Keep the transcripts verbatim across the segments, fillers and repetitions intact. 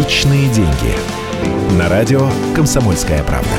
Личные деньги. На радио «Комсомольская правда».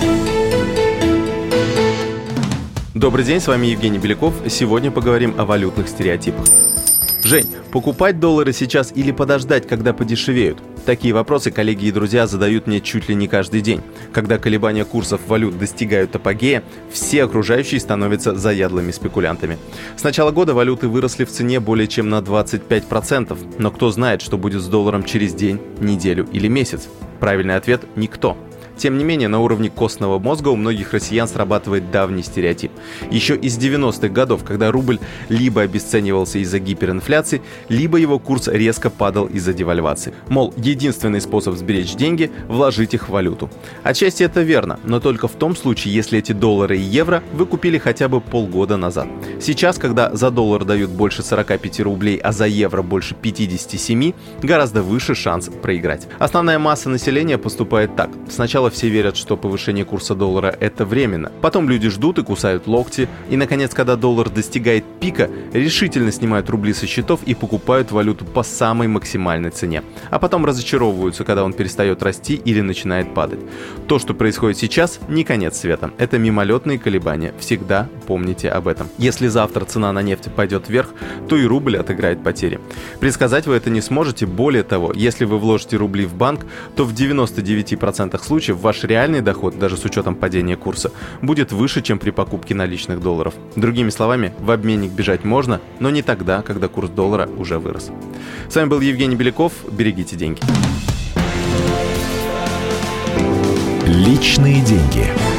Добрый день, с вами Евгений Беляков. Сегодня поговорим о валютных стереотипах. Жень, покупать доллары сейчас или подождать, когда подешевеют? Такие вопросы коллеги и друзья задают мне чуть ли не каждый день. Когда колебания курсов валют достигают апогея, все окружающие становятся заядлыми спекулянтами. С начала года валюты выросли в цене более чем на двадцать пять процентов. Но кто знает, что будет с долларом через день, неделю или месяц? Правильный ответ – никто. Тем не менее, на уровне костного мозга у многих россиян срабатывает давний стереотип. Еще из девяностых годов, когда рубль либо обесценивался из-за гиперинфляции, либо его курс резко падал из-за девальвации. Мол, единственный способ сберечь деньги – вложить их в валюту. Отчасти это верно, но только в том случае, если эти доллары и евро вы купили хотя бы полгода назад. Сейчас, когда за доллар дают больше сорок пять рублей, а за евро больше пятьдесят семь, гораздо выше шанс проиграть. Основная масса населения поступает так. Сначала все верят, что повышение курса доллара – это временно. Потом люди ждут и кусают локти. И, наконец, когда доллар достигает пика, решительно снимают рубли со счетов и покупают валюту по самой максимальной цене. А потом разочаровываются, когда он перестает расти или начинает падать. То, что происходит сейчас, не конец света. Это мимолетные колебания. Всегда помните об этом. Если завтра цена на нефть пойдет вверх, то и рубль отыграет потери. Предсказать вы это не сможете. Более того, если вы вложите рубли в банк, то в девяноста девяти процентах случаев ваш реальный доход, даже с учетом падения курса, будет выше, чем при покупке наличных долларов. Другими словами, в обменник бежать можно, но не тогда, когда курс доллара уже вырос. С вами был Евгений Беляков. Берегите деньги. Личные деньги.